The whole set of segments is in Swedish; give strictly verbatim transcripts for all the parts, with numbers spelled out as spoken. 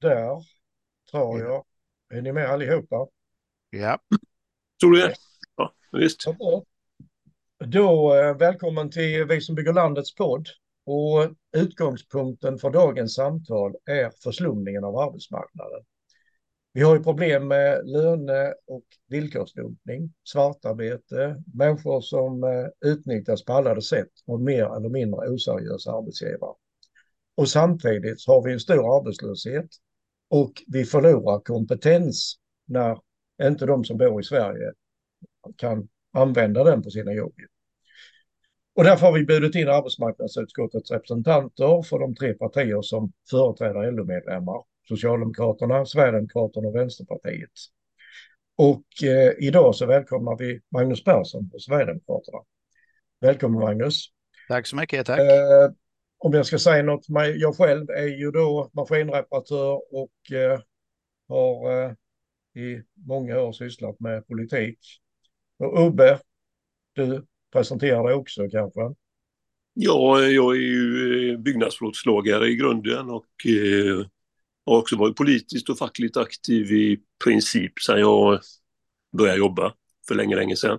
där, tror Ja. jag. Är ni med allihopa? Ja. Tror du det? Yes. Ja, visst. Så bra. Då, eh, välkommen till Vi som bygger landets podd. Och utgångspunkten för dagens samtal är förslumningen av arbetsmarknaden. Vi har ju problem med löne- och villkorsdumpning, svartarbete, människor som eh, utnyttjas på alla sätt av mer eller mindre oseriösa arbetsgivare. Och samtidigt har vi en stor arbetslöshet och vi förlorar kompetens när inte de som bor i Sverige kan använda den på sina jobb. Och därför har vi bjudit in arbetsmarknadsutskottets representanter för de tre partier som företräder L O-medlemmar. Socialdemokraterna, Sverigedemokraterna och Vänsterpartiet. Och eh, idag så välkomnar vi Magnus Persson på Sverigedemokraterna. Välkommen Magnus. Tack så mycket, tack. Eh, om jag ska säga något, jag själv är ju då maskinreparatör och eh, har eh, i många år sysslat med politik. Och Ubbe, du presenterar dig också kanske? Ja, jag är ju eh, byggnadsplåtslagare i grunden och eh, har också varit politiskt och fackligt aktiv i princip sedan jag började jobba för länge, länge sedan.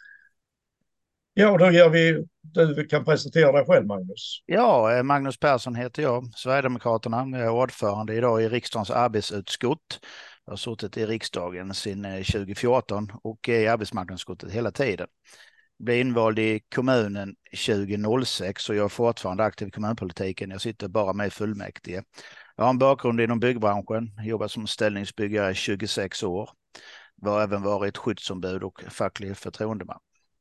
Ja, då gör vi, du kan presentera dig själv Magnus. Ja, eh, Magnus Persson heter jag, Sverigedemokraterna. Jag är ordförande idag i riksdagens arbetsutskott. Jag har suttit i riksdagen sedan tjugo fjorton och är i arbetsmarknadsutskottet hela tiden. Jag blev invald i kommunen tjugo noll sex och jag är fortfarande aktiv i kommunpolitiken. Jag sitter bara med i fullmäktige. Jag har en bakgrund inom byggbranschen, jobbat som ställningsbyggare i tjugosex år. Jag har även varit skyddsombud och facklig förtroendeman.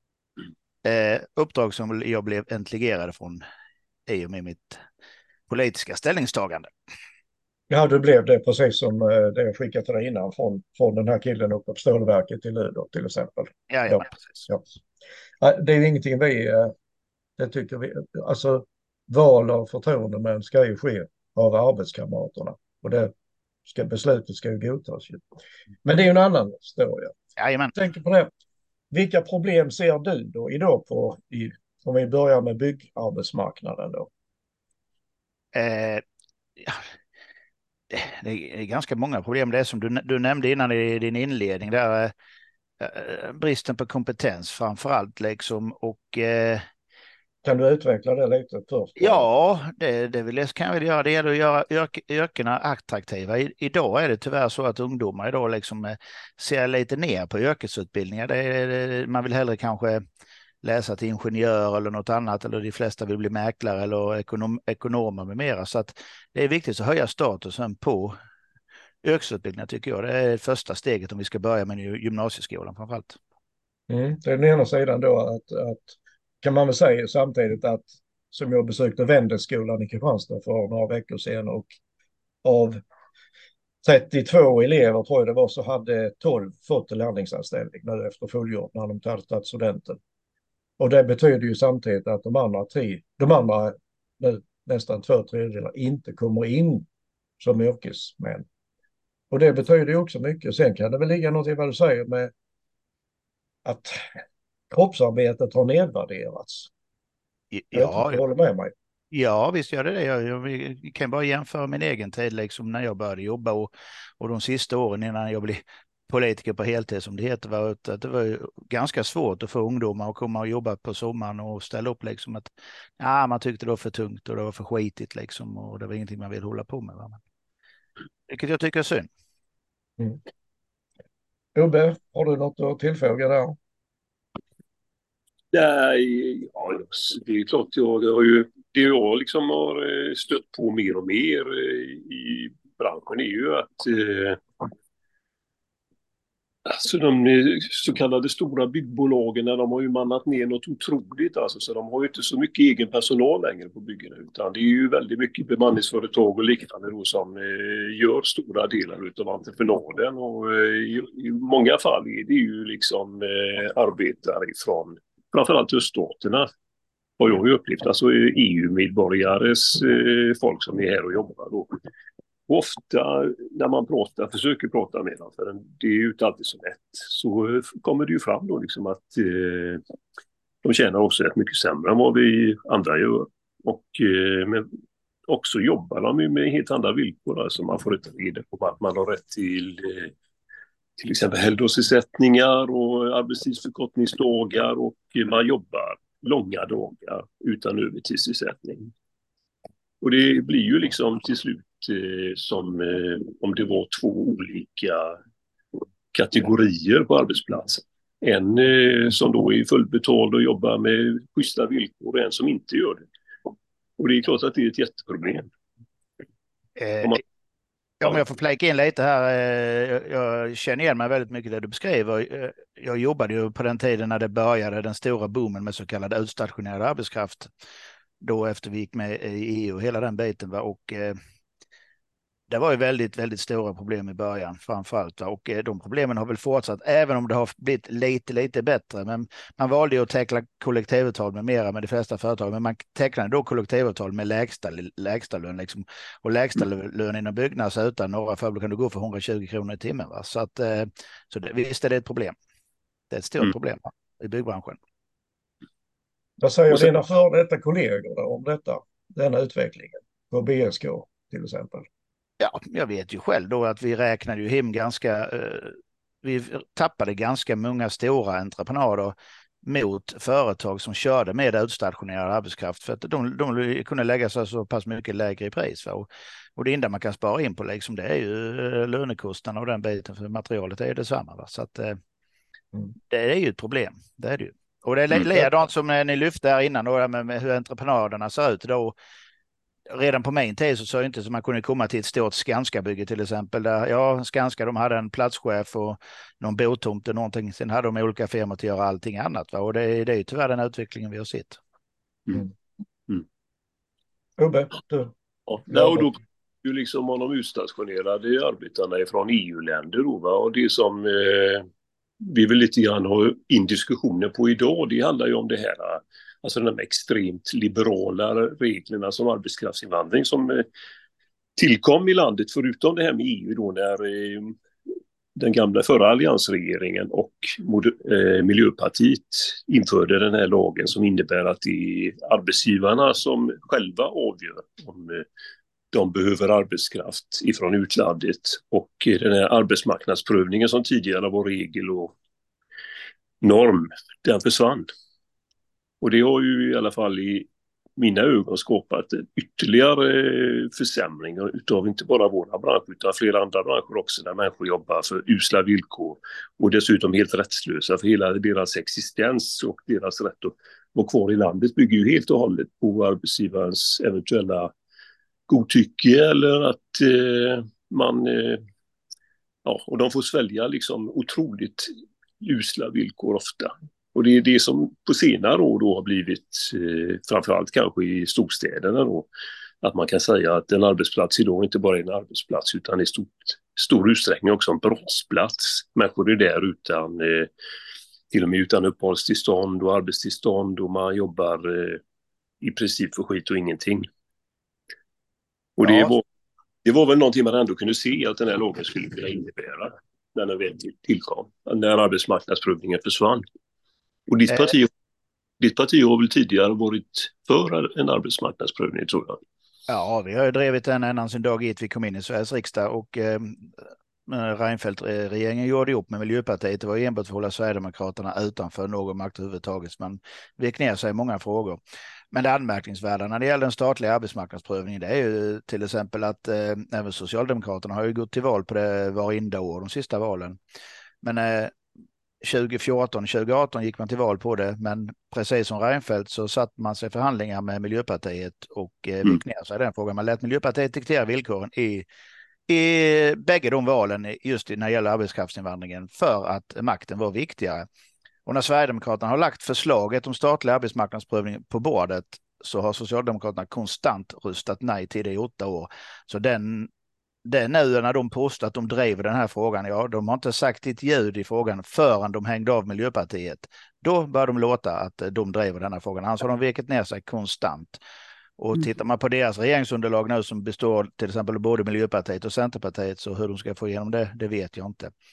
Eh, uppdrag som jag blev entlegerad från i och med mitt politiska ställningstagande. Ja, du blev det precis som eh, det jag skickade till dig innan från, från den här killen uppe på stålverket i Luleå till exempel. Ja, ja, Ja, precis. ja. Ja, det är ju ingenting vi, eh, det tycker vi, alltså val av förtroendemän ska ju ske av arbetskamraterna och det ska, beslutet ska ju godtas ju. Men det är ju en annan historia. Jajamän. Jag tänker på det. Vilka problem ser du då idag på, i, om vi börjar med byggarbetsmarknaden då? Eh, ja, det, det är ganska många problem. Det är som du, du nämnde innan i din inledning där, eh, bristen på kompetens framför allt liksom och eh, Kan du utveckla det lite först bara? ja, det, det vill jag, kan jag väl göra. Det gäller att göra yrk, yrkena attraktiva. I, idag är det tyvärr så att ungdomar idag liksom eh, ser lite ner på yrkesutbildningar. Det, det, man vill hellre kanske läsa till ingenjör eller något annat, eller de flesta vill bli mäklare eller ekonom, ekonomer med mera. Så att det är viktigt att höja statusen på yrkesutbildningar tycker jag. Det är första steget om vi ska börja med gymnasieskolan framförallt. Mm. Det är den ena sidan då att, att kan man väl säga samtidigt att som jag besökte Wendelskolan i Kristianstad för några veckor sedan och av trettiotvå elever tror jag det var så hade tolv fått en lärlingsanställning nu efter fullgjort när de hade tagit studenten. Och det betyder ju samtidigt att de andra tio, de andra nu nästan två tredjedelar inte kommer in som yrkesmän. Och det betyder ju också mycket. Sen kan det väl ligga något i vad du säger med att kroppsarbetet har nedvärderats. Jag vet inte om Ja, du håller med mig. ja, visst gör det det. Jag, jag kan bara jämföra min egen tid liksom när jag började jobba och, och de sista åren innan jag blev politiker på heltid som det heter var att det var ganska svårt att få ungdomar att komma och jobba på sommaren och ställa upp liksom att ja, man tyckte det var för tungt och det var för skitigt liksom och det var ingenting man vill hålla på med. Va? Vilket jag tycker är synd. Mm. Ubbe, har du något att tillfoga där? Nej, ja, det är klart jag har ju, det jag liksom har eh, stött på mer och mer eh, i branschen är ju att eh, alltså de eh, så kallade stora byggbolagen, de har ju mannat ner något otroligt alltså, så de har ju inte så mycket egen personal längre på byggena utan det är ju väldigt mycket bemanningsföretag och liknande då som eh, gör stora delar utav entreprenaden och eh, i, i många fall är det ju liksom eh, arbetare ifrån framförallt öststaterna har jag ju upplevt, alltså E U-medborgares eh, folk som är här och jobbar då. Ofta när man pratar, försöker prata med dem, för det är ju inte alltid så lätt, så kommer det ju fram då liksom att eh, de tjänar också rätt mycket sämre än vad vi andra gör. Och eh, med också jobbar de ju med helt andra villkor. Alltså man får inte reda på att man har rätt till eh, till exempel helgdagsersättningar och arbetstidsförkortningsdagar, och man jobbar långa dagar utan övertidsersättning. Och det blir ju liksom till slut eh, som eh, om det var två olika kategorier på arbetsplatsen. En eh, som då är fullbetald och jobbar med schyssta villkor, och en som inte gör det. Och det är klart att det är ett jätteproblem. Eh, man, ja, om jag får flika in lite här. Eh, jag, jag känner igen mig väldigt mycket det du beskriver. Eh, jag jobbade ju på den tiden när det började den stora boomen med så kallad utstationerad arbetskraft. Då efter vi gick med i E U och hela den biten. Va? Och eh, det var ju väldigt, väldigt stora problem i början framförallt. Va? Och eh, de problemen har väl fortsatt, även om det har blivit lite, lite bättre. Men man valde ju att teckna kollektivavtal med mera med de flesta företag. Men man tecknade då kollektivavtal med lägsta, lägsta lön. Liksom. Och lägsta lön inom Byggnads utan några förbund kan du gå för hundratjugo kronor i timmen. Va? Så, att, eh, så det, visst är det ett problem. Det är ett stort mm. problem va? I byggbranschen. Vad säger sen, dina före detta kollegor då om detta, denna utvecklingen på B S K till exempel? Ja, jag vet ju själv då att vi räknade ju hem ganska, eh, vi tappade ganska många stora entreprenader mot företag som körde med utstationerad arbetskraft för att de, de kunde lägga sig så pass mycket lägre i pris. Och, och det enda man kan spara in på liksom, det är ju lönekostnaderna och den biten, för materialet är ju detsamma. Va? Så att, eh, mm. det är ju ett problem, det är det ju. Och det är mm. likadant som ni lyfte här innan då, med, med hur entreprenaderna ser ut då. Redan på min tid så sa jag inte så man kunde komma till ett stort Skanska-bygge till exempel. Där, ja, Skanska de hade en platschef och någon botomt och någonting. Sen hade de olika firmor till att göra allting annat. Va? Och det, det är ju tyvärr den utvecklingen vi har sett. Mm. Mm. Ubbe, du. Ja, ja, och då ju liksom om de utstationerade arbetarna från E U-länder då, va? Och det som eh, vi vill lite grann ha in diskussioner på idag, det handlar ju om det här, alltså de extremt liberala reglerna som arbetskraftsinvandring som eh, tillkom i landet, förutom det här med E U då när eh, den gamla förra alliansregeringen och eh, Miljöpartiet införde den här lagen som innebär att det är arbetsgivarna som själva avgör om eh, de behöver arbetskraft ifrån utlandet, och eh, den här arbetsmarknadsprövningen som tidigare var regel och norm, den försvann. Och det har ju i alla fall i mina ögon skapat ytterligare försämringar utav inte bara våra branscher utan flera andra branscher också, där människor jobbar för usla villkor och dessutom helt rättslösa, för hela deras existens och deras rätt att vara kvar i landet bygger ju helt och hållet på arbetsgivarens eventuella godtycke eller att eh, man eh, ja, och de får svälja liksom otroligt usla villkor ofta. Och det är det som på senare år då har blivit, eh, framförallt kanske i storstäderna då, att man kan säga att en arbetsplats idag inte bara är en arbetsplats utan i stort, stor utsträckning också en brottsplats. Människor är där utan, eh, till och med utan uppehållstillstånd och arbetstillstånd, och man jobbar eh, i princip för skit och ingenting. Och det, ja. var, det var väl någonting man ändå kunde se att den här lagen skulle kunna innebära när den väl tillkom, när arbetsmarknadsprövningen försvann. Och ditt parti, eh. ditt parti har väl tidigare varit för en arbetsmarknadsprövning, tror jag. Ja, vi har ju drivit den ända sedan dag ett vi kom in i Sveriges riksdag, och eh, Reinfeldt-regeringen gjorde ihop med Miljöpartiet. Det var enbart för att hålla Sverigedemokraterna utanför någon makt överhuvudtaget. Man vek ner sig i många frågor. Men det anmärkningsvärda när det gäller den statliga arbetsmarknadsprövningen, det är ju till exempel att eh, även Socialdemokraterna har ju gått till val på det varenda år, de sista valen. Men eh, tjugo fjorton tjugo arton gick man till val på det, men precis som Reinfeldt så satt man sig förhandlingar med Miljöpartiet och eh, mm. vek ner sig i den frågan. Man lät Miljöpartiet diktera villkoren i i bägge de valen just när det gäller arbetskraftsinvandringen för att makten var viktigare. Och när Sverigedemokraterna har lagt förslaget om statlig arbetsmarknadsprövning på bordet så har Socialdemokraterna konstant röstat nej till det i åtta år. Så den, den nu när de påstår att de driver den här frågan, ja, de har inte sagt ett ljud i frågan förrän de hängde av Miljöpartiet. Då bör de låta att de driver den här frågan. Annars har de veket ner sig konstant. Och tittar man på deras regeringsunderlag nu som består till exempel både Miljöpartiet och Centerpartiet, så hur de ska få igenom det, det vet jag inte.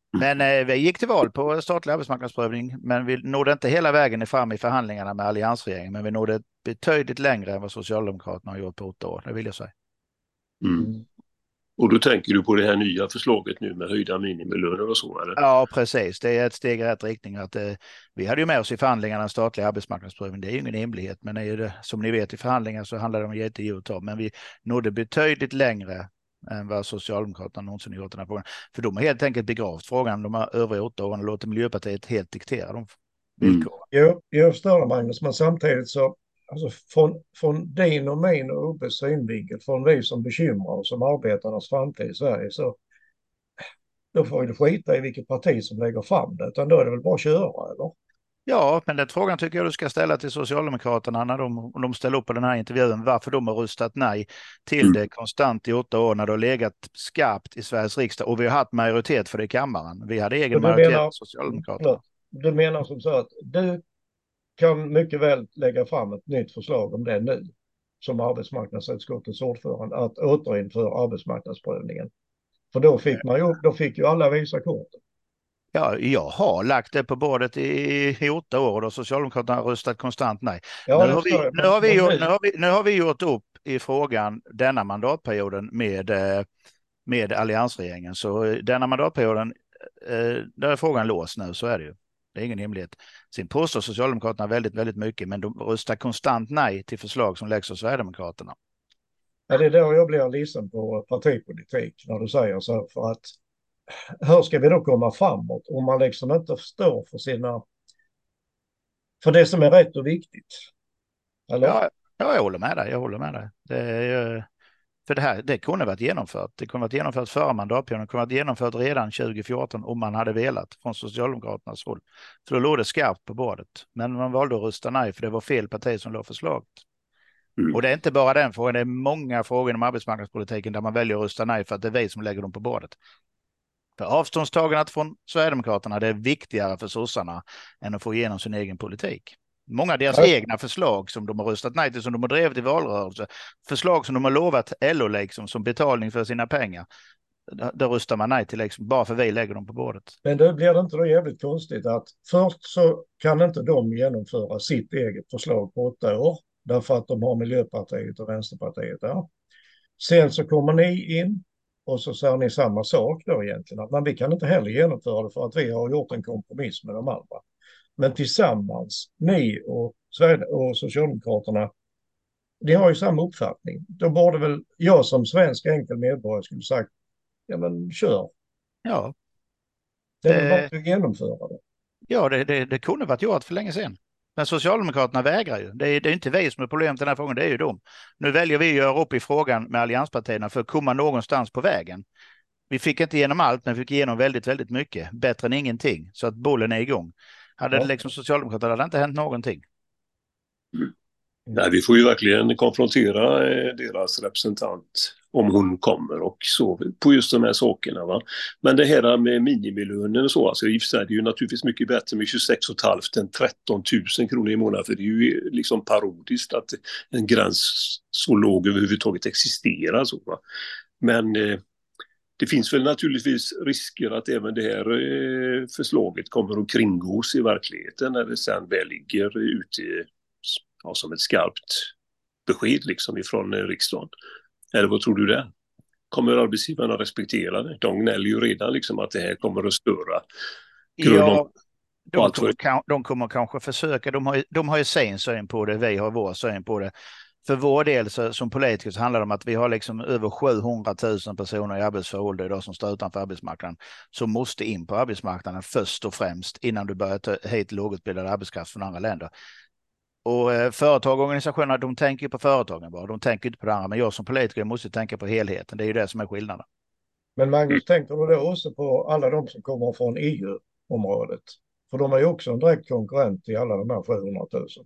Men eh, vi gick till val på statlig arbetsmarknadsprövning, men vi nådde inte hela vägen fram i förhandlingarna med alliansregeringen, men vi nådde betydligt längre än vad Socialdemokraterna har gjort på åtta år, det vill jag säga. Mm. Mm. Och då tänker du på det här nya förslaget nu med höjda minimilöner och så, eller? Ja, precis. Det är ett steg i rätt riktning. Att, eh, vi hade ju med oss i förhandlingarna en statlig arbetsmarknadsprövning. Det är ju ingen hemlighet, men är det, som ni vet i förhandlingar så handlar det om jätte och ta. Men vi nådde betydligt längre än vad Socialdemokraterna någonsin gjort den här frågan. För de har helt enkelt begravt frågan de här övriga åtta åren och låter Miljöpartiet helt diktera de villkoren. Mm. Jo, jag förstår det, Magnus, men samtidigt så alltså från, från din och min och Ubbes synvinkel, från vi som bekymrar oss om arbetarnas framtid i Sverige, så då får vi skita i vilket parti som lägger fram det, utan då är det väl bara att köra, eller? Ja, men den frågan tycker jag du ska ställa till Socialdemokraterna när de, om de ställer upp på den här intervjun, varför de har röstat nej till Mm. det konstant i åtta år när det har legat skarpt i Sveriges riksdag och vi har haft majoritet för det i kammaren. Vi hade egen Så du majoritet menar- för Socialdemokraterna. Förlåt. Du menar som så att du kan mycket väl lägga fram ett nytt förslag om det nu, som arbetsmarknadsutskottets ordförande, att återinföra arbetsmarknadsprövningen. För då fick man ju, då fick ju alla visa korten. Ja, jag har lagt det på bordet i, i åtta år och då har Socialdemokraterna röstat konstant nej. Ja, nu, det har vi, förstår jag, nu, men- har vi men gjort, nu- nu, har vi, nu har vi gjort upp i frågan denna mandatperioden med, eh, med alliansregeringen. Så eh, denna mandatperioden, eh, där är frågan låst nu, så är det ju. Det är ingen hemlighet. Sen påstår Socialdemokraterna väldigt, väldigt mycket, men de röstar konstant nej till förslag som läggs av Sverigedemokraterna. Ja, det är då jag blir ledsen på partipolitik, när du säger så, för att hur ska vi då komma framåt om man liksom inte står för sina, för det som är rätt och viktigt? Eller? Ja, ja, jag håller med dig. Jag håller med dig. Det är, eh, för det här, det kunde varit genomfört. Det kunde varit genomfört förra mandatperioden. Det kunde varit genomfört redan tjugo fjorton om man hade velat från Socialdemokraternas håll. För då låg det skarpt på bordet. Men man valde att rösta nej för det var fel parti som låg förslaget. Mm. Och det är inte bara den frågan. Det är många frågor inom arbetsmarknadspolitiken där man väljer att rösta nej för att det är vi som lägger dem på bordet. För avståndstagandet från Sverigedemokraterna, det är viktigare för sossarna än att få igenom sin egen politik. Många av deras Ja. egna förslag som de har röstat nej till, som de har drivit i valrörelse, förslag som de har lovat L O liksom, som betalning för sina pengar, då röstar man nej till liksom, bara för vi lägger dem på bordet. Men det blir det inte då jävligt konstigt att först så kan inte de genomföra sitt eget förslag på åtta år, därför att de har Miljöpartiet och Vänsterpartiet där. Sen så kommer ni in och så säger ni samma sak då egentligen, att men vi kan inte heller genomföra det för att vi har gjort en kompromiss med de andra. Men tillsammans, ni och Sverige och Socialdemokraterna, ni har ju samma uppfattning. Då borde väl jag som svensk enkel medborgare skulle sagt, ja men kör. Ja, Det är väl Det- bara att genomföra det. ja det, det, det kunde varit gjort för länge sedan. Men Socialdemokraterna vägrar ju. Det är, det är inte vi som är problemet i den här frågan, det är ju de. Nu väljer vi att göra upp i frågan med allianspartierna för att komma någonstans på vägen. Vi fick inte igenom allt, men vi fick igenom väldigt, väldigt mycket. Bättre än ingenting, så att bollen är igång. Hade Ja. det liksom Socialdemokraterna hade det inte hänt någonting. Nej, vi får ju verkligen konfrontera eh, deras representant om hon kommer och så på just de här sakerna. Va? Men det här med minimilönen och så, alltså, i och för sig är det ju naturligtvis mycket bättre med tjugosex fem hundra än tretton tusen kronor i månaden, för det är ju liksom parodiskt att en gräns så låg överhuvudtaget existerar. Så, va? Men eh, det finns väl naturligtvis risker att även det här eh, förslaget kommer att kringgås i verkligheten när det sen väl ligger ute ja, som ett skarpt besked liksom ifrån eh, riksdagen. Eller vad tror du det? Kommer arbetsgivarna respektera det? De gnäller ju redan liksom att det här kommer att störa. Ja, de allt kommer, för- kan- de kommer kanske försöka. De har, ju- de har ju sin syn på det, vi har vår syn på det. För vår del så, som politiker så handlar det om att vi har liksom över sjuhundratusen personer i arbetsför ålder idag som står utanför arbetsmarknaden, som måste in på arbetsmarknaden först och främst innan du börjar ta hit lågutbildad arbetskraft från andra länder. Och eh, företag och organisationer, de tänker ju på företagen bara, de tänker inte på det andra. Men jag som politiker måste tänka på helheten, det är ju det som är skillnaden. Men Magnus, tänker du då också på alla de som kommer från E U-området? För de är ju också en direkt konkurrent till alla de här sjuhundratusen.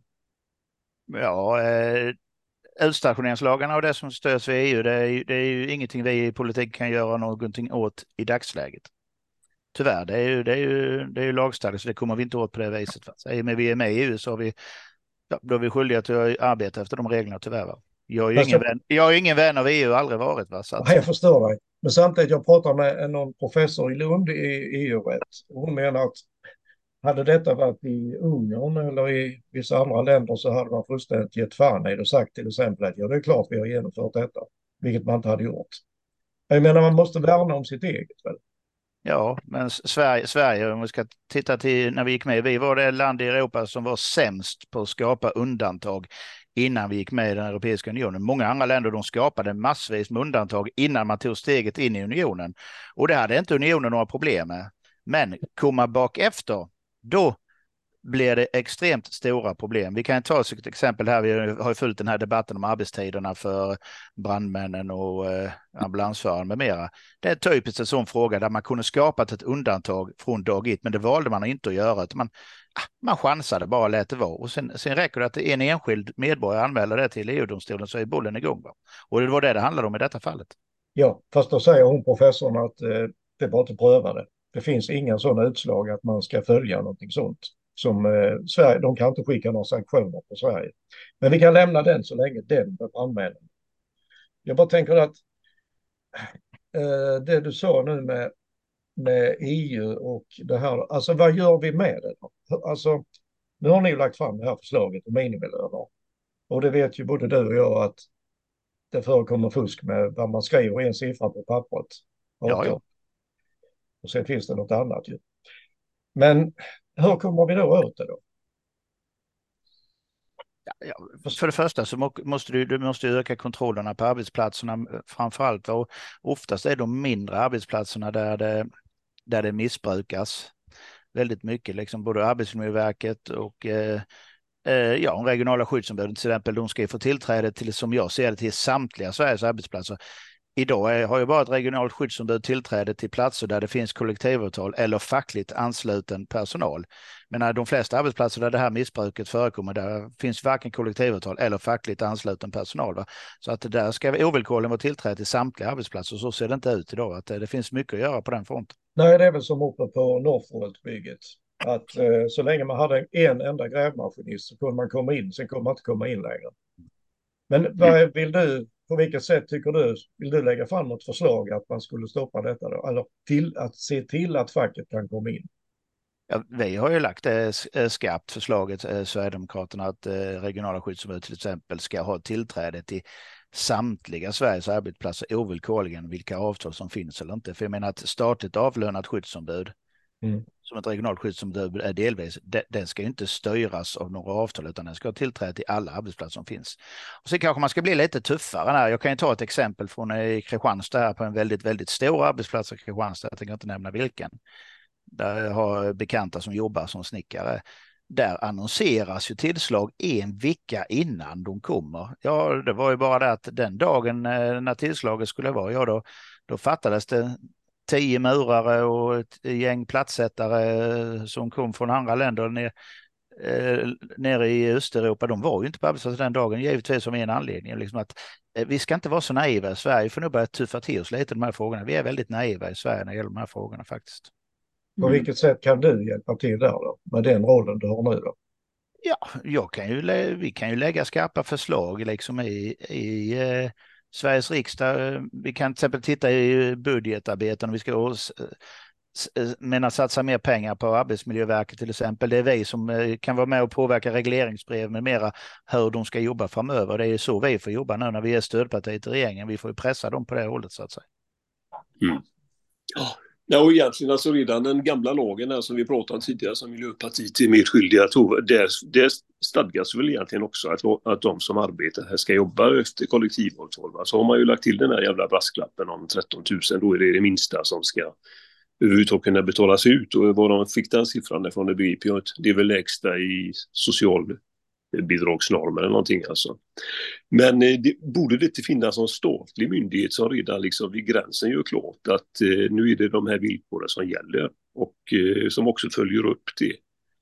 Ja, eh, utstationeringslagarna och det som stöds vid E U, det är, ju- det är ju ingenting vi i politik kan göra någonting åt i dagsläget. Tyvärr, det är ju, det är ju, det är ju lagstadgat så det kommer vi inte åt på det viset. Va? Så i och med vi är med i E U så har vi, ja, då är vi skyldiga att arbeta efter de reglerna tyvärr. Va? Jag är ju Fast ingen, jag- vän, jag är ju ingen vän av E U, aldrig varit. Va? Så att, Ja, jag förstår dig. Men samtidigt, jag pratar med någon professor i Lund i E U-rätt och hon menar att hade detta varit i Ungern eller i vissa andra länder så hade man fullständigt gett fan i det och sagt till exempel att ja, det är klart vi har genomfört detta, vilket man inte hade gjort. Jag menar, man måste värna om sitt eget väl? Ja, men Sverige, Sverige, om vi ska titta till när vi gick med, vi var det land i Europa som var sämst på att skapa undantag innan vi gick med i den Europeiska unionen. Många andra länder de skapade massvis med undantag innan man tog steget in i unionen. Och det hade inte unionen några problem med. Men komma bak efter, då blir det extremt stora problem. Vi kan ta ett exempel här, vi har ju följt den här debatten om arbetstiderna för brandmännen och eh, ambulansföraren med mera. Det är typiskt en sån fråga där man kunde skapat ett undantag från dag ett, men det valde man inte att göra. Man, man chansade bara, lät det vara. Och sen, sen räcker det att en enskild medborgare anmäler det till E U-domstolen så är bollen igång. Va? Och det var det det handlade om i detta fallet. Ja, fast då säger hon professorn att eh, det är bara att pröva det. Det finns inga sådana utslag att man ska följa någonting sånt. Som eh, Sverige, de kan inte skicka några sanktioner på Sverige. Men vi kan lämna den så länge den är anmälan. Jag bara tänker att eh, det du sa nu med, med E U och det här, alltså vad gör vi med det då? Alltså, nu har ni lagt fram det här förslaget om minimilöner. Och det vet ju både du och jag att det förekommer fusk med vad man skriver en siffra på pappret. Ja, ja. Och sen finns det något annat ju. Men hur kommer vi då åt det då? Ja, för det första så måste du, du måste öka kontrollerna på arbetsplatserna framförallt. Och oftast är de mindre arbetsplatserna där det, där det missbrukas väldigt mycket. Liksom både Arbetsmiljöverket och eh, ja, de regionala skyddsombuden till exempel, de ska ju få tillträde till, som jag ser det, till samtliga Sveriges arbetsplatser. Idag har ju bara ett regionalt skyddsombud tillträde till platser där det finns kollektivavtal eller fackligt ansluten personal. Men när de flesta arbetsplatser där det här missbruket förekommer, där finns varken kollektivavtal eller fackligt ansluten personal. Va? Så att det där ska ovillkorligen vara tillträde till samtliga arbetsplatser. Så ser det inte ut idag. Att det finns mycket att göra på den fronten. Nej, det är väl som uppe på Northvolt-bygget. Att eh, så länge man hade en enda grävmaskinist så kunde man komma in, sen kunde man inte komma in längre. Men vad vill du, på vilket sätt tycker du, vill du lägga fram något förslag att man skulle stoppa detta då? Eller till, att se till att facket kan komma in? Ja, vi har ju lagt det skarpt förslaget, eh, Sverigedemokraterna, att eh, regionala skyddsombud till exempel ska ha tillträde till samtliga Sveriges arbetsplatser ovillkorligen vilka avtal som finns eller inte. För jag menar att statligt avlönat skyddsombud mm. som ett regionalt skyddsombud är delvis, det, den ska ju inte styras av några avtal utan den ska ha tillträde till alla arbetsplatser som finns. Och så kanske man ska bli lite tuffare här. Jag kan ju ta ett exempel från eh, Kristianstad här på en väldigt, väldigt stor arbetsplats i Kristianstad. Jag tänker inte nämna vilken. Där jag har bekanta som jobbar som snickare. Där annonseras ju tillslag en vecka innan de kommer. Ja, det var ju bara det att den dagen när tillslaget skulle vara, ja då, då fattades det tio murare och ett gäng platssättare som kom från andra länder ner, eh, nere i Östeuropa. De var ju inte på arbetsplatsen den dagen, givetvis som en anledning. Liksom att, eh, vi ska inte vara så naiva i Sverige, för nu börjar tuffa till oss lite de här frågorna. Vi är väldigt naiva i Sverige när det gäller de här frågorna faktiskt. På mm. vilket sätt kan du hjälpa till där då, med den rollen du har nu då? Ja, jag kan ju, vi kan ju lägga skarpa förslag liksom i, i eh, Sveriges riksdag. Vi kan till exempel titta i budgetarbeten och vi ska också, menar, satsa mer pengar på Arbetsmiljöverket till exempel. Det är vi som eh, kan vara med och påverka regleringsbrev med mera hur de ska jobba framöver. Det är så vi får jobba nu när vi är stödpartiet i regeringen. Vi får ju pressa dem på det hållet så att säga. Mm. Ja. Ja, och egentligen alltså redan den gamla lagen här som vi pratade om tidigare som Miljöpartiet är medskyldiga till, där, där stadgas väl egentligen också att, att de som arbetar här ska jobba efter kollektivavtal. Så har man ju lagt till den här jävla brasklappen om tretton tusen, då är det det minsta som ska överhuvudtaget kunna betalas ut. Och vad de fick den siffran från, det begriper jag inte. Det är väl lägsta i social bidragsnormer eller någonting alltså. Men det borde det inte finnas en statlig myndighet som redan liksom vid gränsen gör klart att eh, nu är det de här villkoren som gäller och eh, som också följer upp det.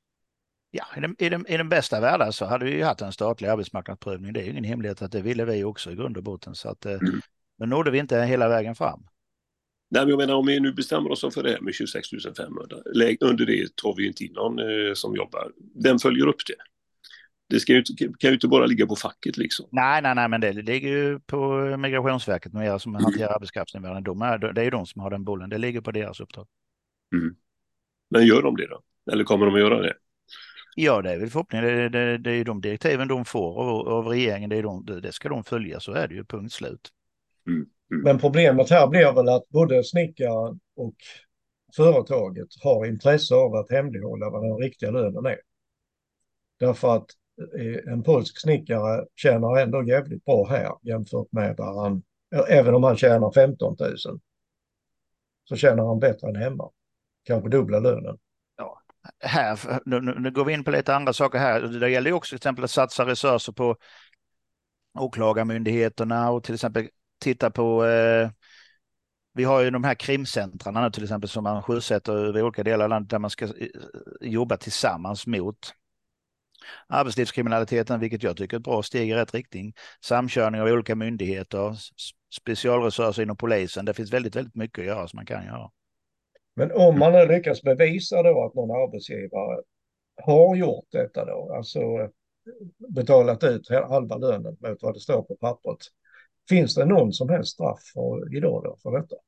Ja, i den, i, den, i den bästa världen så hade vi ju haft en statlig arbetsmarknadsprövning. Det är ju ingen hemlighet att det ville vi också i grund och botten. Så att, eh, mm. Men nådde vi inte hela vägen fram. Nej, men jag menar om vi nu bestämmer oss för det här med tjugosex tusen femhundra, under det tar vi inte in någon eh, som jobbar. Den följer upp det. Det ska ju inte, kan ju inte bara ligga på facket liksom. Nej, nej, nej, men det ligger ju på Migrationsverket med er som Mm. hanterar arbetskraftsinvandring. De är, det är ju de som har den bollen. Det ligger på deras uppdrag. Mm. Men gör de det då? Eller kommer de att göra det? Ja, det är väl förhoppningen. Det, det, det är ju de direktiven de får av, av regeringen. Det, är de, det ska de följa, så är det ju, punkt slut. Mm. Mm. Men problemet här blir väl att både snickaren och företaget har intresse av att hemlighålla vad den riktiga lönen är. Därför att eh, en polsk snickare tjänar ändå jävligt bra här jämfört med vad han, även om han tjänar femton tusen, så tjänar han bättre än hemma. Kanske dubbla lönen. Ja. Här, nu, nu, nu går vi in på lite andra saker här. Det gäller ju också till exempel att satsa resurser på åklagarmyndigheterna och till exempel titta på eh, vi har ju de här krimcentrarna nu till exempel som man sjösätter över olika delar av landet där man ska jobba tillsammans mot arbetslivskriminaliteten, vilket jag tycker är ett bra steg i rätt riktning. Samkörning av olika myndigheter, specialresurser inom polisen. Det finns väldigt, väldigt mycket att göra som man kan göra. Men om man nu lyckas bevisa då att någon arbetsgivare har gjort detta då, alltså betalat ut halva lönen mot vad det står på pappret, finns det någon som helst straff för, idag då för detta?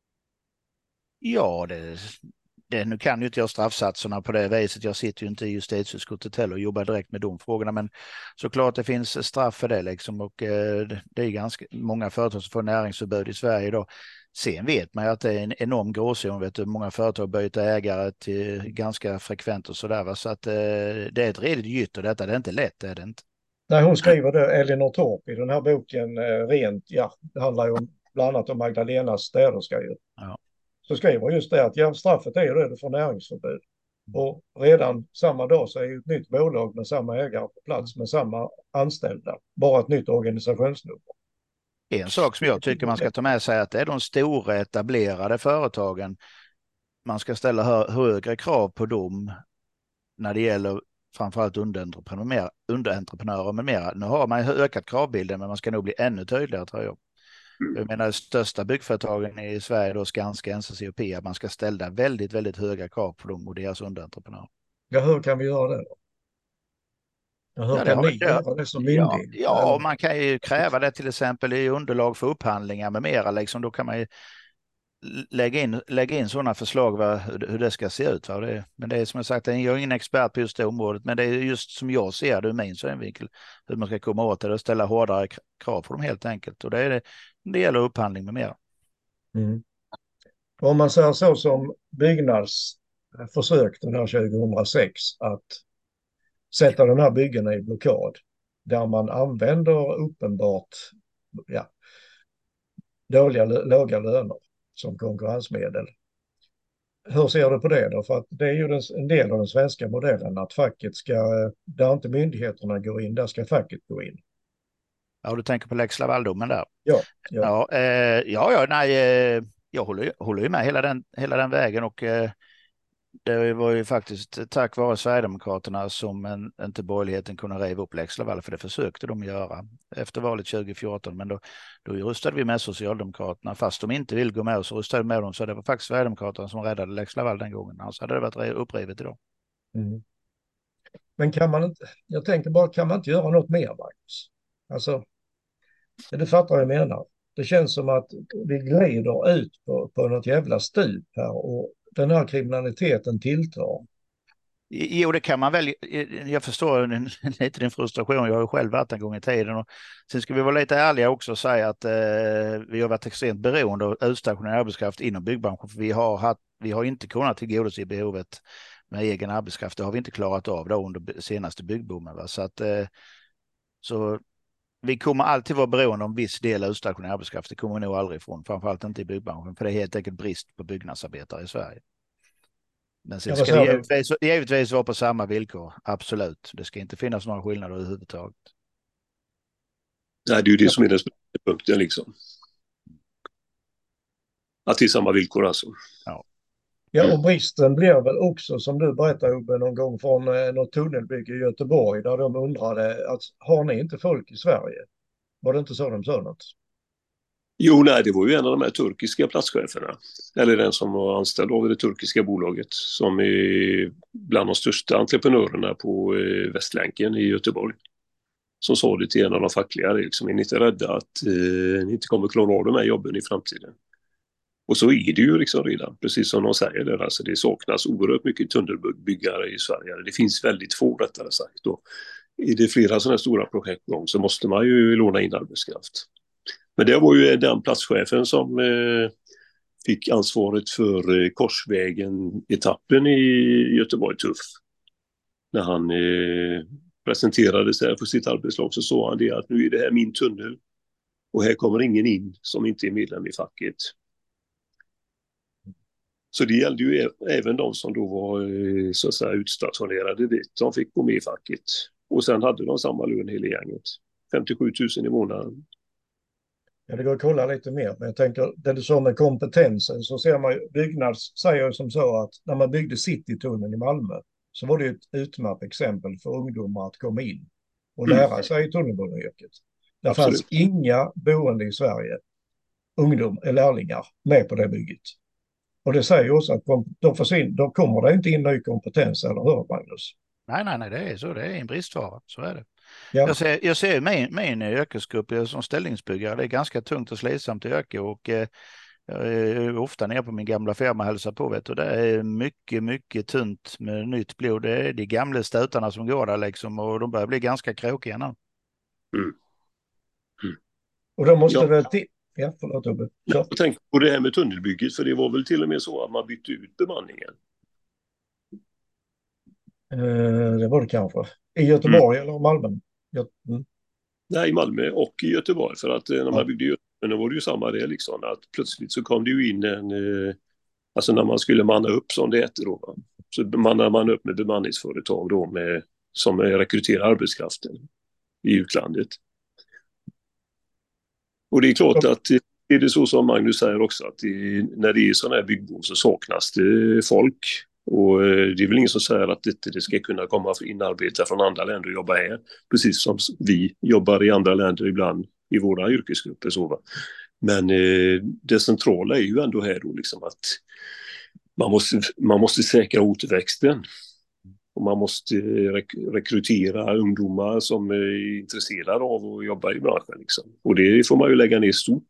Ja, det, det, nu kan ju inte jag straffsatserna på det viset. Jag sitter ju inte i justitieutskottet heller och jobbar direkt med de frågorna, men såklart det finns straff för det liksom, och eh, det är ganska många företag som får näringsförbud i Sverige idag. Sen vet man ju att det är en enorm gråzon, vet du, många företag byter ägare till ganska frekvent och sådär, va? Så att eh, det är ett redigt gytter detta, det är inte lätt, det är det inte. Nej, hon skriver det, Elinor Torp, i den här boken eh, rent, ja, det handlar ju om, bland annat om Magdalenas städerska ju. Ja. Så skriver just det att ja, straffet är ju det, det får näringsförbud. Och redan samma dag så är ju ett nytt bolag med samma ägare på plats med samma anställda, bara ett nytt organisationsnummer. En sak som jag tycker man ska ta med sig är att det är de stora etablerade företagen. Man ska ställa hö högre krav på dem när det gäller framförallt underentreprenörer, underentreprenörer med mera. Nu har man ökat kravbilden, men man ska nog bli ännu tydligare, tror jag. Jag menar, de största byggföretagen i Sverige, då Skanska, N C C och P A, man ska ställa väldigt, väldigt höga krav på dem och deras underentreprenörer. Ja, hur kan vi göra det då? Ja, hur Ja, kan har, ni det, göra det som ja, myndighet? ja, man kan ju kräva det till exempel i underlag för upphandlingar med mera. Liksom, då kan man ju lägga in, lägga in sådana förslag, va, hur, hur det ska se ut. Va? Det, men det är som jag sagt, jag är ingen expert på just det området, men det är just som jag ser det ur min synvinkel, hur man ska komma åt det och ställa hårdare krav på dem helt enkelt. Och det, är det, det gäller upphandling med mera. Mm. Om man säger så som Byggnads försökte här tjugohundrasex att sätta de här byggena i blockad, där man använder uppenbart ja, dåliga, låga löner som konkurrensmedel. Hur ser du på det då? För att det är ju den, en del av den svenska modellen att facket ska, där inte myndigheterna går in, där ska facket gå in. Ja, du tänker på Lex Laval-domen där. Ja, ja. Ja, eh, ja, ja, nej, eh, jag håller, håller ju med hela den, hela den vägen, och eh, det var ju faktiskt tack vare Sverigedemokraterna som en, inte borgerligheten kunde riva upp Lex Laval, för det försökte de göra efter valet tjugo fjorton, men då, då röstade vi med Socialdemokraterna, fast de inte vill gå med, och så röstade med dem, så det var faktiskt Sverigedemokraterna som räddade Lex Laval den gången, alltså hade det varit upprivet idag. Mm. Men kan man inte, jag tänker bara, kan man inte göra något mer, Magnus? Alltså, du fattar vad jag menar. Det känns som att vi glider ut på, på något jävla stup här och den här kriminaliteten tilltar. Jo, det kan man väl. Jag förstår lite din frustration. Jag har ju själv varit en gång i tiden. Och sen ska vi vara lite ärliga också och säga att eh, vi har varit extremt beroende av utstationerad arbetskraft inom byggbranschen. För vi har, haft, vi har inte kunnat tillgodose behovet med egen arbetskraft. Det har vi inte klarat av då under senaste byggboomen. Va? Så, att, eh, så vi kommer alltid vara beroende av en viss del av utstationerad arbetskraft. Det kommer vi nog aldrig ifrån. Framförallt inte i byggbranschen. För det är helt enkelt brist på byggnadsarbetare i Sverige. Men sen ska det givetvis, givetvis vara på samma villkor, absolut. Det ska inte finnas några skillnader överhuvudtaget. Nej, det är ju det som är den punkten liksom. Att det är samma villkor alltså. Ja. Ja, och bristen blir väl också, som du berättade Ubbe, någon gång från eh, något tunnelbygge i Göteborg, där de undrade att har ni inte folk i Sverige? Var det inte så de sa något? Jo, nej, det var ju en av de här turkiska platscheferna. Eller den som var anställd av det turkiska bolaget som är bland de största entreprenörerna på eh, Västlänken i Göteborg. Som sa det till en av de fackliga, liksom, är ni inte rädda att eh, ni inte kommer klara av de här jobben i framtiden? Och så är det ju liksom redan, precis som de säger där, alltså det saknas oerhört mycket tunnelbyggare i Sverige. Det finns väldigt få, rättare sagt. Och är det flera sådana här stora projekt gång så måste man ju låna in arbetskraft. Men det var ju den platschefen som eh, fick ansvaret för eh, Korsvägen-etappen i Göteborg Tuff. När han eh, presenterade sig för sitt arbetslag så sa han det att nu är det här min tunnel och här kommer ingen in som inte är medlem i facket. Så det gällde ju även de som då var eh, så att säga utstationerade dit. De fick gå med i facket. Och sen hade de samma lön hela gänget. femtiosju tusen i månaden. Ja, det går att kolla lite mer, men jag tänker det du sa med kompetensen så ser man ju, Byggnads säger ju som så att när man byggde Citytunneln i Malmö så var det ett utmärkt exempel för ungdomar att komma in och lära mm. sig tunnelbaneyrket. Det Absolut. fanns inga boende i Sverige, ungdom eller lärlingar, med på det bygget. Och det säger också att de, försvinner, de kommer det inte in ny kompetens, eller hur, Magnus? Nej, nej, nej, det är så. Det är en bristvara, så är det. Ja. Jag ser, jag ser min, min yrkesgrupp som ställningsbyggare. Det är ganska tungt och slitsamt yrke och eh, jag är ofta nere på min gamla firma och hälsar på. Vet du. Det är mycket, mycket tunt med nytt blod. Det är de gamla stötarna som går där liksom och de börjar bli ganska krokiga nu. Mm. Mm. Och då måste ja. det till... Ja, förlåt Tobbe. Jag tänker på det här med tunnelbygget, för det var väl till och med så att man bytte ut bemanningen. Eh, det var det kanske. I Göteborg mm. eller Malmö? Mm. Nej, i Malmö och i Göteborg. För att när man ja. byggde Göteborg var det ju samma det liksom. Att plötsligt så kom det ju in en... Eh, alltså när man skulle manna upp som det heter då. Så mannar man upp med bemanningsföretag då med, som rekryterar arbetskraften i utlandet. Och det är klart att är det så som Magnus säger också att det, när det är sådana här byggboom så saknas det folk. Och det är väl ingen som säger att det, det ska kunna komma in arbetare från andra länder och jobba här. Precis som vi jobbar i andra länder ibland i våra yrkesgrupper. Så, va? Men eh, det centrala är ju ändå här då liksom att man måste, man måste säkra återväxten. Och man måste rek- rekrytera ungdomar som är intresserade av att jobba i branschen. Liksom. Och det får man ju lägga ner stort,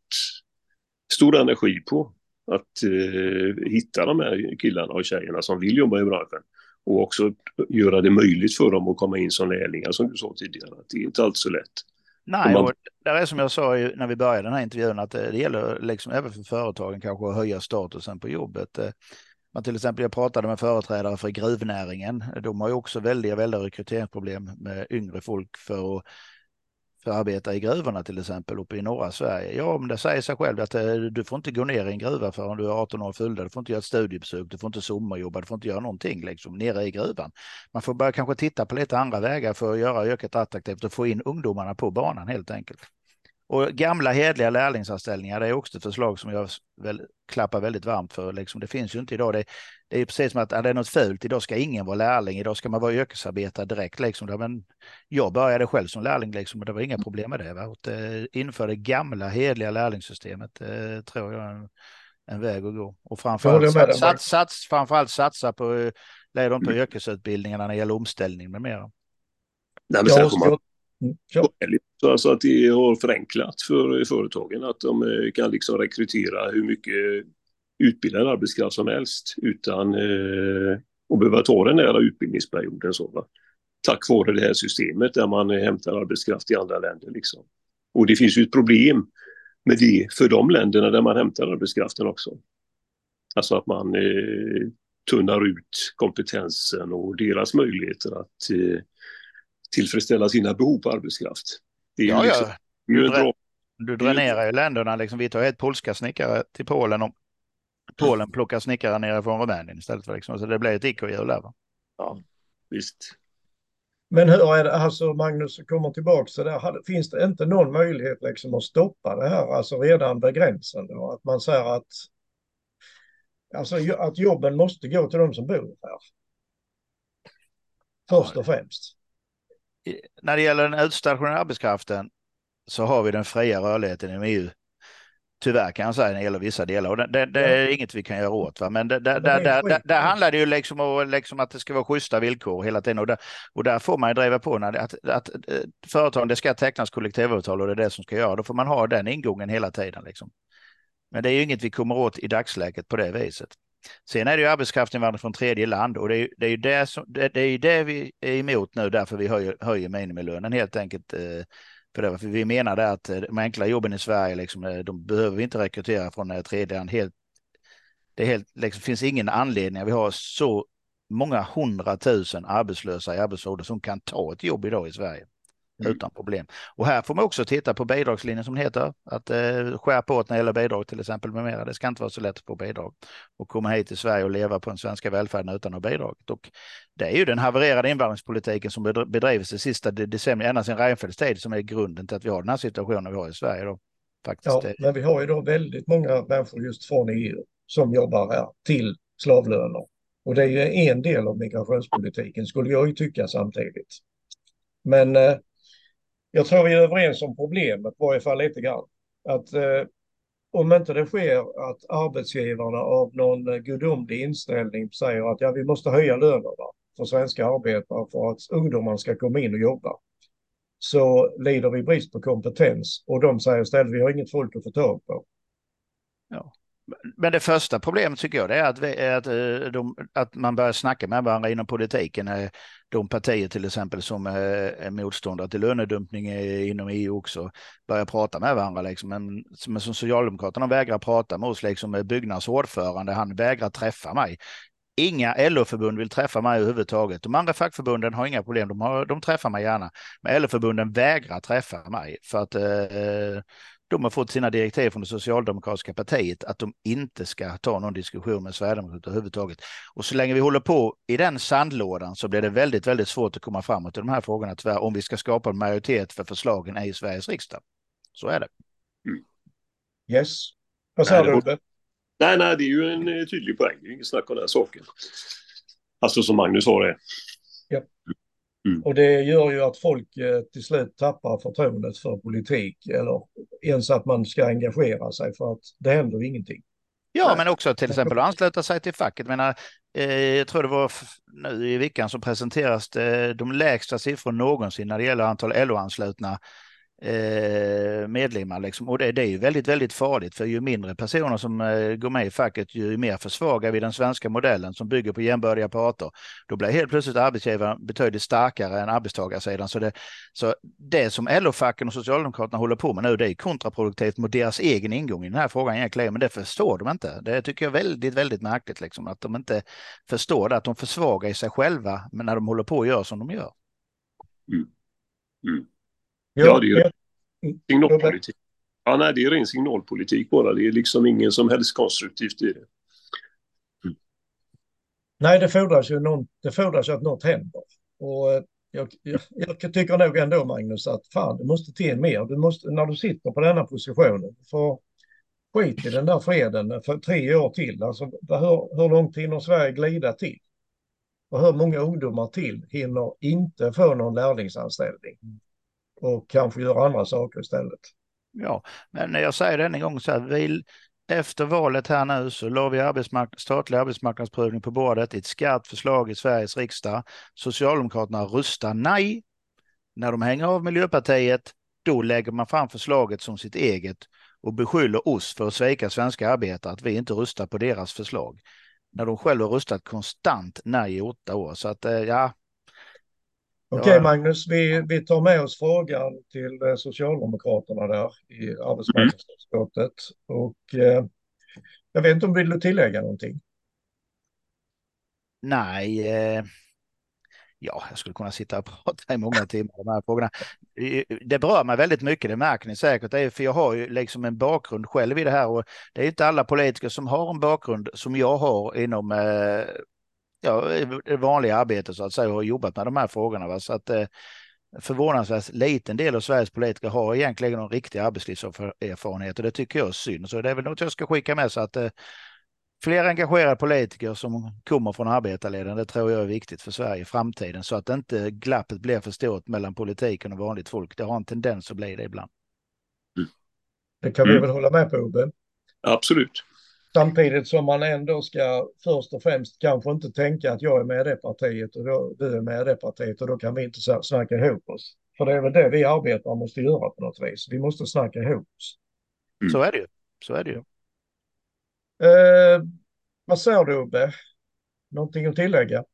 stor energi på. Att eh, hitta de här killarna och tjejerna som vill jobba i branschen. Och också göra det möjligt för dem att komma in som lärlingar som du sa tidigare. Att det är inte alls så lätt. Nej, man... och det är som jag sa när vi började den här intervjun att det gäller liksom även för företagen kanske att höja statusen på jobbet. Man till exempel, jag pratade med företrädare för gruvnäringen. De har ju också väldiga, väldiga rekryteringsproblem med yngre folk för att, för att arbeta i gruvorna till exempel uppe i norra Sverige. Ja, men det säger sig själv att du får inte gå ner i en gruva förrän du är arton år fyllda. Du får inte göra ett studiebesök, du får inte sommarjobba, du får inte göra någonting liksom, nere i gruvan. Man får börja kanske titta på lite andra vägar för att göra yrket attraktivt och få in ungdomarna på banan helt enkelt. Och gamla hedliga lärlingsanställningar, det är också ett förslag som jag väl, klappar väldigt varmt för. Liksom, det finns ju inte idag. Det, det är precis som att är det är något fult. Idag ska ingen vara lärling. Idag ska man vara yrkesarbetare direkt. Liksom. Men jag började själv som lärling liksom, och det var inga problem med det. Va? Och det inför det gamla hedliga lärlingssystemet det, tror jag är en, en väg att gå. Och framförallt, sats, sats, sats, framförallt satsa på leda på yrkesutbildningarna när det gäller omställning med mera. Nej, men sen får man... Ja. Alltså att det har förenklat för företagen att de kan liksom rekrytera hur mycket utbildad arbetskraft som helst utan eh, att behöva ta den här utbildningsperioden. Så, va? Tack vare det här systemet där man hämtar arbetskraft i andra länder. Liksom. Och det finns ju ett problem med det för de länderna där man hämtar arbetskraften också. Alltså att man eh, tunnar ut kompetensen och deras möjligheter att eh, tillfredsställa sina behov på arbetskraft. Det är ja, ju liksom, ja. Du, drä, du dränerar ju länderna. Liksom, vi tar ett polska snickare till Polen och Polen plockar snickare nere från Rumänien istället för liksom, så det blir ett icke-hjul där. Va? Ja, visst. Men hur är det, alltså Magnus kommer tillbaka så där, finns det inte någon möjlighet liksom att stoppa det här, alltså redan vid gränsen då, att man säger att alltså att jobben måste gå till de som bor här? Först och främst. När det gäller den utstationerade arbetskraften så har vi den fria rörligheten i E U Tyvärr kan jag säga när det gäller vissa delar. Och det, det, det är Ja. inget vi kan göra åt. Va? Men det, det, Ja, men där, det är där, där, skit. där handlar det ju liksom om liksom att det ska vara schyssta villkor hela tiden. Och där, och där får man ju driva på när det, att, att, att företagen, det ska tecknas kollektivavtal och det är det som ska göra. Då får man ha den ingången hela tiden. Liksom. Men det är ju inget vi kommer åt i dagsläget på det viset. Sen är det ju arbetskraftsinvandring från tredje land och det är, det är ju det, som, det, det är ju det vi är emot nu, därför vi höjer, höjer minimilönen helt enkelt. Eh, för det, för vi menar det att de enkla jobben i Sverige, liksom, de behöver vi inte rekrytera från tredje land. Helt, det är helt, liksom, finns ingen anledning. Vi har så många hundratusen arbetslösa i arbetsålder som kan ta ett jobb idag i Sverige. Mm. Utan problem. Och här får man också titta på bidragslinjen som det heter. Att eh, skärpa åt när det gäller bidrag till exempel med mera. Det ska inte vara så lätt att få bidrag. Och komma hit till Sverige och leva på den svenska välfärden utan att ha bidrag. Och det är ju den havererade invandringspolitiken som bedrivs det sista decenniet, ända sedan Reinfeldts tid, som är grunden till att vi har den här situationen vi har i Sverige då. Faktiskt. Ja, men vi har ju då väldigt många människor just från E U som jobbar här till slavlöner. Och det är ju en del av migrationspolitiken, skulle jag ju tycka samtidigt. Men eh, jag tror vi är överens om problemet, i varje fall lite grann. Att eh, om inte det sker att arbetsgivarna av någon gudomlig inställning säger att ja, vi måste höja lönerna för svenska arbetare för att ungdomarna ska komma in och jobba, så lider vi brist på kompetens och de säger istället vi har inget folk att få tag på. Ja. Men det första problemet tycker jag det är att, vi, är att, de, att man börjar snacka med varandra inom politiken. De partier till exempel som är motståndare till lönedumpning inom E U också börjar prata med varandra. Liksom. Men, men som Socialdemokraterna vägrar prata med oss, liksom byggnadsordförande, han vägrar träffa mig. Inga L O-förbund vill träffa mig överhuvudtaget. De andra fackförbunden har inga problem, de, har, de träffar mig gärna. Men L O-förbunden vägrar träffa mig för att eh, de har fått sina direktiv från det socialdemokratiska partiet att de inte ska ta någon diskussion med Sverigedemokraterna överhuvudtaget. Och så länge vi håller på i den sandlådan så blir det väldigt, väldigt svårt att komma framåt i de här frågorna tyvärr, om vi ska skapa en majoritet för förslagen i Sveriges riksdag. Så är det. Mm. Yes. Vad säger du, Ubbe? Nej, nej, det är ju en tydlig poäng. Det är inget snack om den här saken. Alltså som Magnus sa det. Ja. Mm. Och det gör ju att folk eh, till slut tappar förtroendet för politik eller ens att man ska engagera sig för att det händer ingenting. Ja, Nej. Men också till exempel att ansluta sig till facket. Jag menar, eh, jag tror det var nu i veckan som presenteras det, de lägsta siffror någonsin när det gäller antal L O-anslutna eh, medlemmar. Liksom. Och det, det är ju väldigt, väldigt farligt, för ju mindre personer som eh, går med i facket, ju mer försvagar vi den svenska modellen som bygger på jämbördiga parter. Då blir helt plötsligt arbetsgivaren betydligt starkare än arbetstagarsidan. Så det, så det som L O-facken och Socialdemokraterna håller på med nu, det är kontraproduktivt mot deras egen ingång i den här frågan egentligen, men det förstår de inte. Det tycker jag är väldigt, väldigt märkligt, liksom, att de inte förstår det, att de försvagar i sig själva men när de håller på att göra som de gör. Mm. Mm. Ja, ja, det är ju signalpolitik. Ja, nej, det är ren signalpolitik bara. Det är liksom ingen som helst konstruktivt i det. Mm. Nej, det fordras ju någon, det fordras ju att något händer. Och jag, jag, jag tycker nog ändå, Magnus, att fan, det måste till mer. Du måste, när du sitter på denna positionen, för skit i den där freden för tre år till. Alltså, hur, hur långt hinner Sverige glida till? Och hur många ungdomar till hinner inte få någon lärlingsanställning och kanske göra andra saker istället? Ja, men jag säger det en gång så här, vi, efter valet här nu så la vi arbetsmark- statlig arbetsmarknadsprövning på bordet, ett skarpt förslag i Sveriges riksdag. Socialdemokraterna röstar nej. När de hänger av Miljöpartiet, då lägger man fram förslaget som sitt eget och beskyller oss för att svika svenska arbetare, att vi inte röstar på deras förslag. När de själva har röstat konstant nej i åtta år. Så att, ja... Okej, okay, Magnus, vi, vi tar med oss frågan till Socialdemokraterna där i arbetsmarknadsutskottet. Och eh, jag vet inte om du vill tillägga någonting? Nej, eh, ja, jag skulle kunna sitta och prata i många timmar om de här frågorna. Det berör mig väldigt mycket, det märker ni säkert. Det är för jag har ju liksom en bakgrund själv i det här och det är inte alla politiker som har en bakgrund som jag har inom eh, ja, det vanliga arbetet så att säga och har jobbat med de här frågorna. Va? Så att eh, förvånansvärt liten del av Sveriges politiker har egentligen någon riktig arbetslivserfarenhet och det tycker jag är synd. Så det är väl något jag ska skicka med så att eh, fler engagerade politiker som kommer från arbetarleden, det tror jag är viktigt för Sverige i framtiden så att inte glappet blir för stort mellan politiken och vanligt folk. Det har en tendens att bli det ibland. Mm. Det kan Mm. vi väl hålla med på, Ubbe? Absolut. Samtidigt som man ändå ska först och främst kanske inte tänka att jag är med i det partiet och då, du är med i det partiet och då kan vi inte snacka ihop oss. För det är väl det vi arbetar måste göra på något vis. Vi måste snacka ihop oss. Mm. Så är det ju. Så är det ju. Eh, vad säger du, Ubbe? Någonting att tillägga?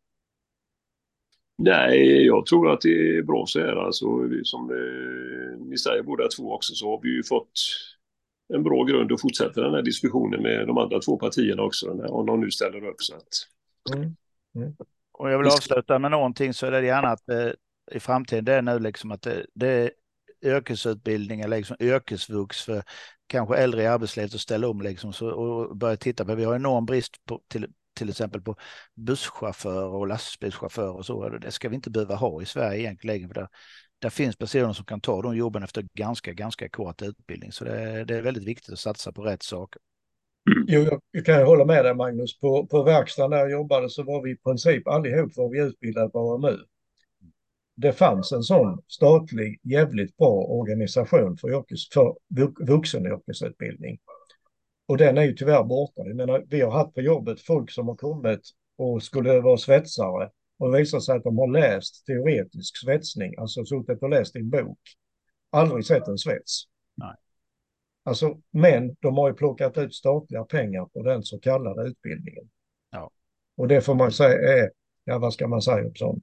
Nej, jag tror att det är bra så här. Alltså, som eh, ni säger båda två också, så har vi ju fått en bra grund att fortsätta den här diskussionen med de andra två partierna också, när, om de nu ställer upp. Så att... Mm. Mm. Och jag vill avsluta med någonting, så är det gärna att eh, i framtiden det är nu liksom att det, det är yrkesutbildning eller liksom yrkesvux för kanske äldre i arbetslivet att ställa om liksom, så, och börja titta på. Vi har enorm brist på till, till exempel på busschaufförer och lastbilschaufförer och så. Det ska vi inte behöva ha i Sverige egentligen, för där, där finns personer som kan ta de jobben efter ganska, ganska kort utbildning. Så det, det är väldigt viktigt att satsa på rätt saker. Jo, jag, jag kan hålla med dig, Magnus. På, på verkstaden där jag jobbade så var vi i princip allihop var vi utbildade på A M U. Det fanns en sån statlig, jävligt bra organisation för, yrkes, för vuxenyrkesutbildning. Och den är ju tyvärr borta. Jag menar, vi har haft på jobbet folk som har kommit och skulle vara svetsare. Och det visar sig att de har läst teoretisk svetsning, alltså suttit och läst i en bok. Aldrig sett en svets. Nej. Alltså, men de har ju plockat ut statliga pengar på den så kallade utbildningen. Ja. Och det får man säga är, ja vad ska man säga om sånt?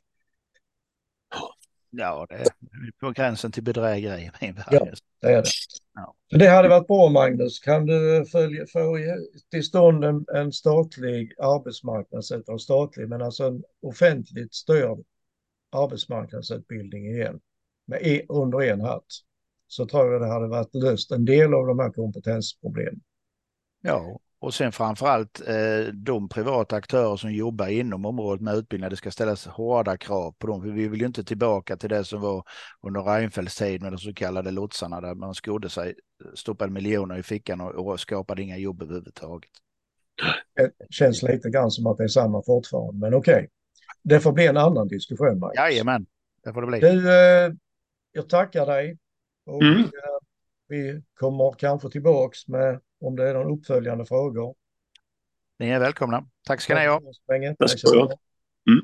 Ja, det är på gränsen till bedrägeri. Ja, det är det. Ja. Det hade varit bra, Magnus. Kan du följa, få till stånd en, en statlig arbetsmarknadsutbildning, statlig, men alltså en offentligt störd arbetsmarknadsutbildning igen, med e, under en hatt, så tror jag det hade varit löst en del av de här kompetensproblemen. Ja, och sen framförallt eh, de privata aktörer som jobbar inom området med utbildning, det ska ställas hårda krav på dem. För vi vill ju inte tillbaka till det som var under Reinfeldts tid med de så kallade lotsarna där man skodde sig, stoppade miljoner i fickan och, och skapade inga jobb överhuvudtaget. Det känns lite grann som att det är samma fortfarande, men okej. Okay. Det får bli en annan diskussion, Magnus. Jajamän, det får det bli. Du, eh, jag tackar dig. Och Mm. eh, vi kommer kanske tillbaks med om det är någon uppföljande frågor. Ni är välkomna. Tack ska ni ha. Tack så mycket.